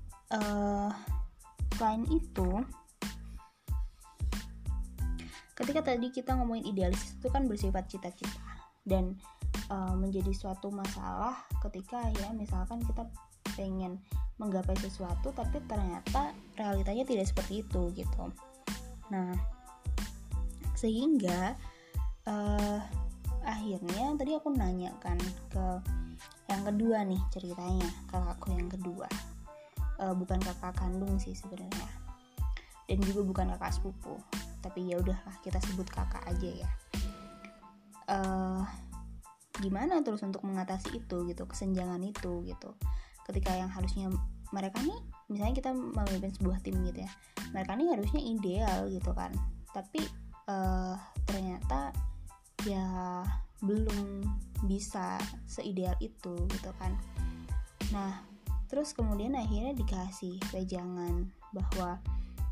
selain itu, ketika tadi kita ngomongin idealis itu kan bersifat cita-cita dan menjadi suatu masalah ketika ya misalkan kita pengen menggapai sesuatu tapi ternyata realitanya tidak seperti itu gitu. Nah, sehingga akhirnya tadi aku nanya kan ke yang kedua nih ceritanya, kakakku yang kedua, bukan kakak kandung sih sebenarnya, dan juga bukan kakak sepupu, tapi ya udahlah kita sebut kakak aja ya. Gimana terus untuk mengatasi itu gitu, kesenjangan itu gitu, ketika yang harusnya mereka nih, misalnya kita memimpin sebuah tim gitu ya, mereka nih harusnya ideal gitu kan, tapi ternyata ya belum bisa seideal itu gitu kan. Nah, terus kemudian akhirnya dikasih wejangan bahwa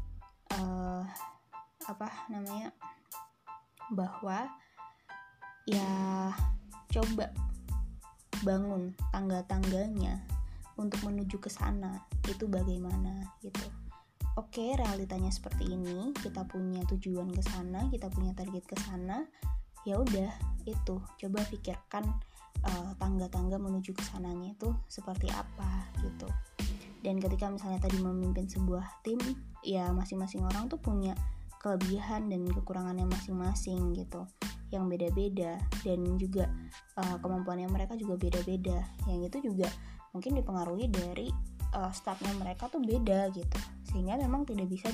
bahwa ya coba bangun tangga-tangganya untuk menuju ke sana itu bagaimana gitu. Oke, realitanya seperti ini, kita punya tujuan ke sana, kita punya target ke sana. Ya udah, itu coba pikirkan tangga-tangga menuju ke sananya itu seperti apa gitu. Dan ketika misalnya tadi memimpin sebuah tim, ya masing-masing orang tuh punya kelebihan dan kekurangannya masing-masing gitu, yang beda-beda, dan juga kemampuannya mereka juga beda-beda. Yang itu juga mungkin dipengaruhi dari staffnya mereka tuh beda gitu, sehingga memang tidak bisa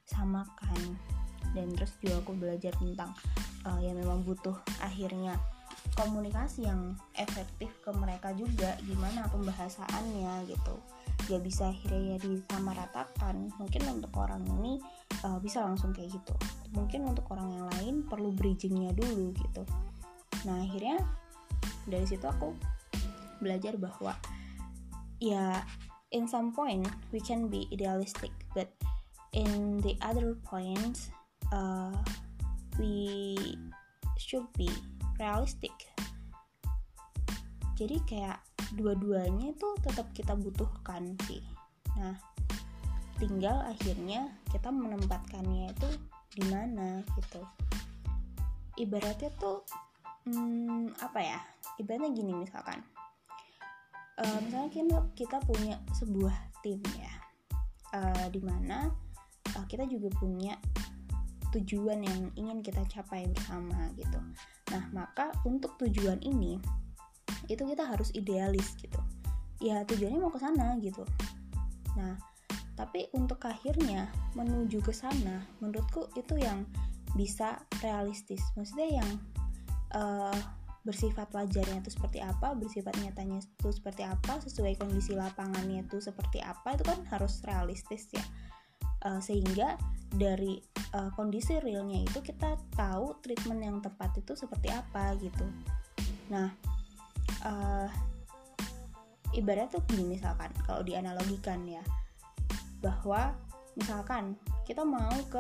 disamakan. Dan terus juga aku belajar tentang ya memang butuh akhirnya komunikasi yang efektif ke mereka juga, gimana pembahasaannya gitu. Gak bisa akhirnya disamaratakan. Mungkin untuk orang ini bisa langsung kayak gitu, mungkin untuk orang yang lain perlu bridgingnya dulu gitu. Nah akhirnya dari situ aku belajar bahwa ya in some point we can be idealistic, but in the other points we should be realistic. Jadi kayak dua-duanya itu tetap kita butuhkan sih. Nah, tinggal akhirnya kita menempatkannya itu di mana gitu. Ibaratnya tuh ibaratnya gini, misalkan misalnya kita punya sebuah tim ya, di mana kita juga punya tujuan yang ingin kita capai bersama gitu. Nah, maka untuk tujuan ini itu kita harus idealis gitu. Ya tujuannya mau ke sana gitu. Nah, tapi untuk akhirnya menuju ke sana, menurutku itu yang bisa realistis. Maksudnya yang bersifat wajarnya itu seperti apa, bersifat nyatanya itu seperti apa, sesuai kondisi lapangannya itu seperti apa, itu kan harus realistis ya. Sehingga dari kondisi realnya itu kita tahu treatment yang tepat itu seperti apa gitu. Nah, ibaratnya tuh gini, misalkan kalau dianalogikan ya, bahwa misalkan kita mau ke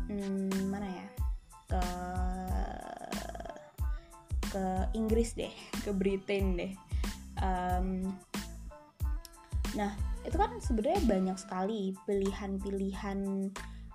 ke Inggris deh, ke Britain deh. Nah itu kan sebenarnya banyak sekali pilihan-pilihan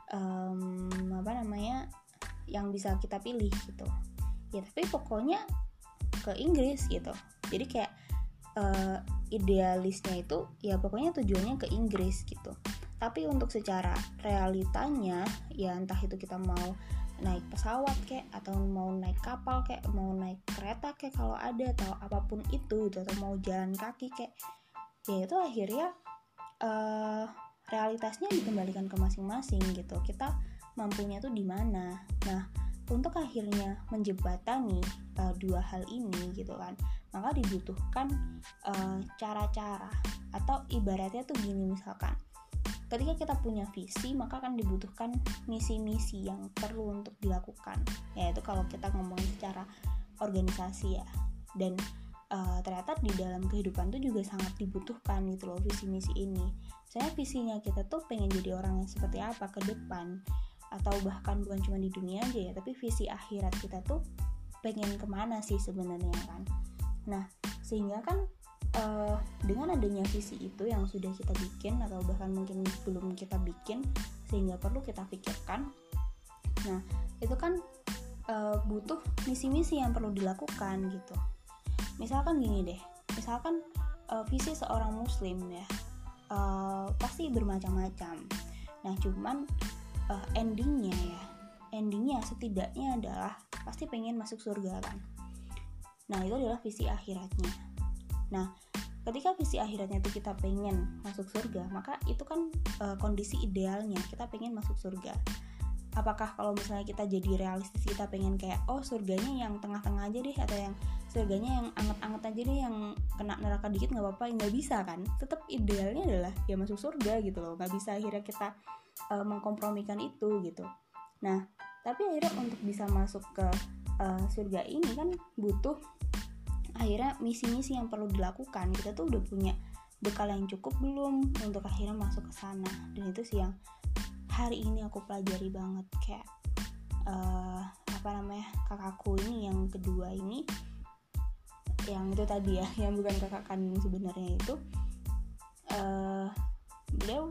yang bisa kita pilih gitu ya, tapi pokoknya ke Inggris gitu. Jadi kayak idealisnya itu ya pokoknya tujuannya ke Inggris gitu. Tapi untuk secara realitanya ya, entah itu kita mau naik pesawat kayak, atau mau naik kapal kayak, mau naik kereta kayak kalau ada, atau apapun itu gitu, atau mau jalan kaki kayak, ya itu akhirnya realitasnya dikembalikan ke masing-masing gitu. Kita mampunya tuh di mana. Nah, untuk akhirnya menjembatani dua hal ini gitu kan, maka dibutuhkan cara-cara, atau ibaratnya tuh gini, misalkan ketika kita punya visi, maka akan dibutuhkan misi-misi yang perlu untuk dilakukan. Yaitu kalau kita ngomongin secara organisasi ya. Dan ternyata di dalam kehidupan tuh juga sangat dibutuhkan gitu loh visi-misi ini. Saya visinya kita tuh pengen jadi orang yang seperti apa ke depan, atau bahkan bukan cuma di dunia aja ya, tapi visi akhirat kita tuh pengen kemana sih sebenarnya kan. Nah, sehingga kan dengan adanya visi itu yang sudah kita bikin, atau bahkan mungkin belum kita bikin, sehingga perlu kita pikirkan. Nah, itu kan butuh misi-misi yang perlu dilakukan gitu. Misalkan gini deh, misalkan visi seorang muslim ya, pasti bermacam-macam. Nah, cuman endingnya setidaknya adalah pasti pengen masuk surga kan. Nah, itu adalah visi akhiratnya. Nah, ketika visi akhiratnya itu kita pengen masuk surga, maka itu kan kondisi idealnya, kita pengen masuk surga. Apakah kalau misalnya kita jadi realistis, kita pengen kayak, oh surganya yang tengah-tengah aja deh, atau yang surganya yang anget-anget aja deh, yang kena neraka dikit gak apa-apa, nggak bisa kan. Tetap idealnya adalah ya masuk surga gitu loh, nggak bisa akhirnya kita mengkompromikan itu gitu. Nah, tapi akhirnya untuk bisa masuk ke surga ini kan butuh akhirnya misi-misi yang perlu dilakukan. Kita tuh udah punya bekal yang cukup belum untuk akhirnya masuk ke sana. Dan itu sih yang hari ini aku pelajari banget, kayak kakakku ini yang kedua ini, yang itu tadi ya, yang bukan kakak kandung sebenarnya itu, beliau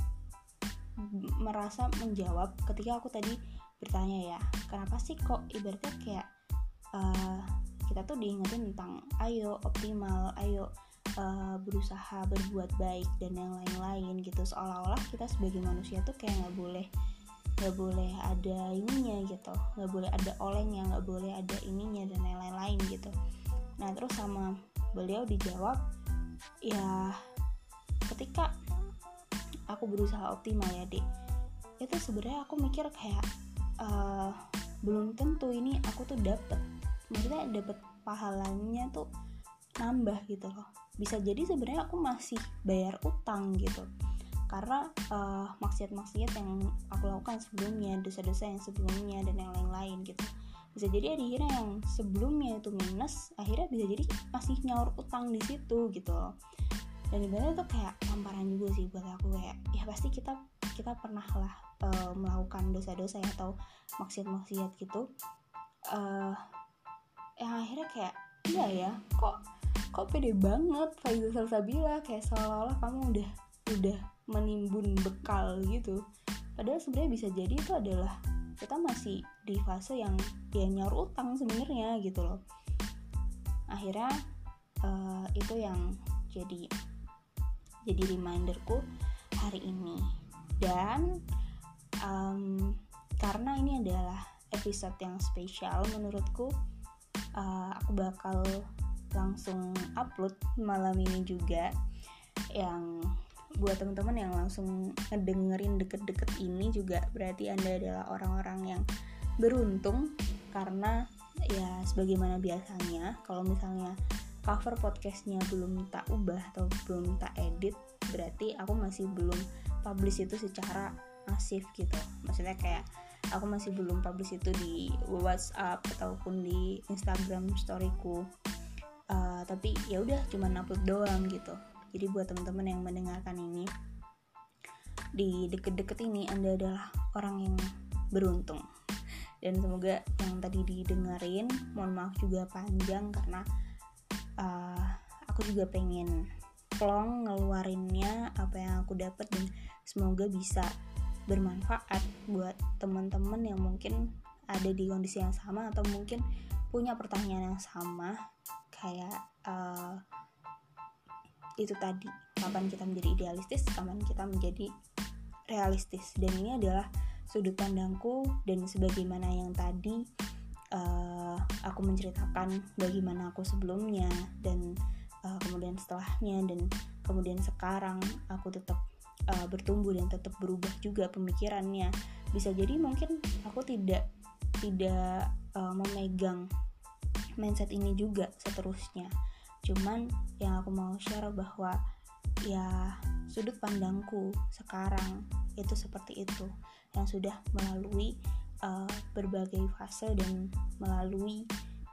merasa menjawab ketika aku tadi bertanya ya, kenapa sih kok ibaratnya kayak kita tuh diingetin tentang ayo optimal, ayo berusaha berbuat baik dan yang lain-lain gitu, seolah-olah kita sebagai manusia tuh kayak nggak boleh ada ininya gitu, nggak boleh ada olengnya, nggak boleh ada ininya dan yang lain-lain gitu. Nah terus sama beliau dijawab, ya ketika aku berusaha optimal ya Dek, itu sebenarnya aku mikir kayak belum tentu ini aku tuh maksudnya dapet pahalanya tuh nambah gitu loh. Bisa jadi sebenarnya aku masih bayar utang gitu, karena maksiat-maksiat yang aku lakukan sebelumnya, dosa-dosa yang sebelumnya dan yang lain-lain gitu. Bisa jadi akhirnya yang sebelumnya itu minus, akhirnya bisa jadi masih nyaur utang di situ gitu loh. Dan ibaratnya tuh kayak tamparan juga sih buat aku, kayak ya pasti kita pernah lah melakukan dosa-dosa ya, atau maksiat-maksiat gitu, yang akhirnya kayak iya ya, kok pede banget Faiza Salsabila, kayak seolah-olah kamu udah menimbun bekal gitu. Padahal sebenarnya bisa jadi itu adalah kita masih di fase yang ya nyaur utang sebenarnya gitu loh. Akhirnya itu yang jadi reminderku hari ini. Dan karena ini adalah episode yang spesial menurutku, aku bakal langsung upload malam ini juga. Yang buat teman-teman yang langsung ngedengerin deket-deket ini juga berarti Anda adalah orang-orang yang beruntung, karena ya sebagaimana biasanya kalau misalnya cover podcastnya belum tak ubah atau belum tak edit, berarti aku masih belum publish itu secara masif gitu. Maksudnya kayak aku masih belum publish itu di WhatsApp ataupun di Instagram storyku, tapi ya udah cuman upload doang gitu. Jadi buat teman-teman yang mendengarkan ini di deket-deket ini, Anda adalah orang yang beruntung. Dan semoga yang tadi didengerin, mohon maaf juga panjang karena aku juga pengen plong ngeluarinnya apa yang aku dapat, dan semoga bisa bermanfaat buat teman-teman yang mungkin ada di kondisi yang sama atau mungkin punya pertanyaan yang sama kayak itu tadi, kapan kita menjadi idealistis, kapan kita menjadi realistis. Dan ini adalah sudut pandangku, dan sebagaimana yang tadi aku menceritakan bagaimana aku sebelumnya dan kemudian setelahnya, dan kemudian sekarang aku tetap bertumbuh dan tetap berubah juga pemikirannya. Bisa jadi mungkin aku tidak memegang mindset ini juga seterusnya. Cuman yang aku mau share bahwa ya sudut pandangku sekarang itu seperti itu, yang sudah melalui berbagai fase dan melalui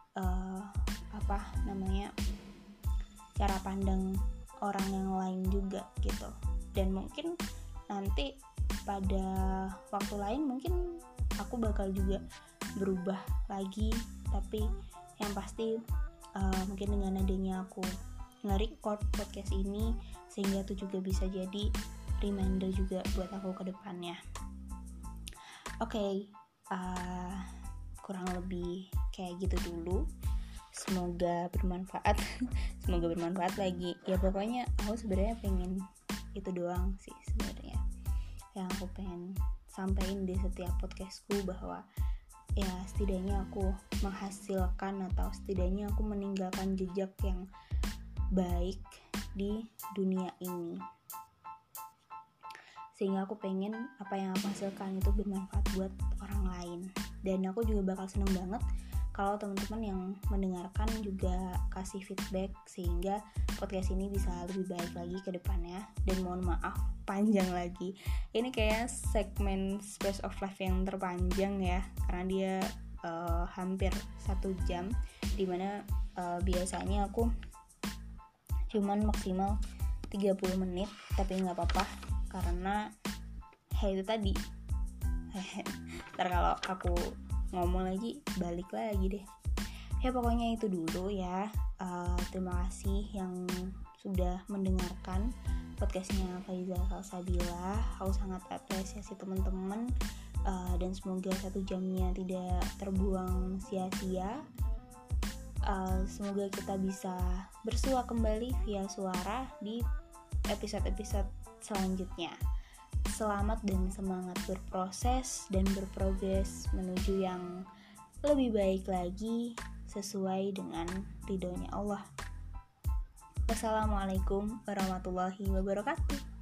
cara pandang orang yang lain juga gitu. Dan mungkin nanti pada waktu lain mungkin aku bakal juga berubah lagi, tapi yang pasti mungkin dengan adanya aku nge-record podcast ini, sehingga itu juga bisa jadi reminder juga buat aku ke depannya. Oke, kurang lebih kayak gitu dulu. Semoga bermanfaat. Semoga bermanfaat lagi. Ya pokoknya aku sebenarnya pengen itu doang sih sebenarnya yang aku pengen sampaikan di setiap podcastku, bahwa ya setidaknya aku menghasilkan atau setidaknya aku meninggalkan jejak yang baik di dunia ini, sehingga aku pengen apa yang aku hasilkan itu bermanfaat buat orang lain. Dan aku juga bakal seneng banget kalau teman-teman yang mendengarkan juga kasih feedback, sehingga podcast ini bisa lebih baik lagi ke depannya. Dan mohon maaf panjang lagi, ini kayak segmen Space of Life yang terpanjang ya, karena dia hampir 1 jam, dimana biasanya aku cuman maksimal 30 menit, tapi gak apa-apa karena itu tadi ntar kalau aku ngomong lagi balik lagi deh. Ya pokoknya itu dulu ya. Terima kasih yang sudah mendengarkan podcastnya Faiza Salsabila. Aku sangat apresiasi teman-teman, dan semoga 1 jamnya tidak terbuang sia-sia. Semoga kita bisa bersua kembali via suara di episode-episode selanjutnya. Selamat dan semangat berproses dan berprogres menuju yang lebih baik lagi sesuai dengan ridhonya Allah. Wassalamualaikum warahmatullahi wabarakatuh.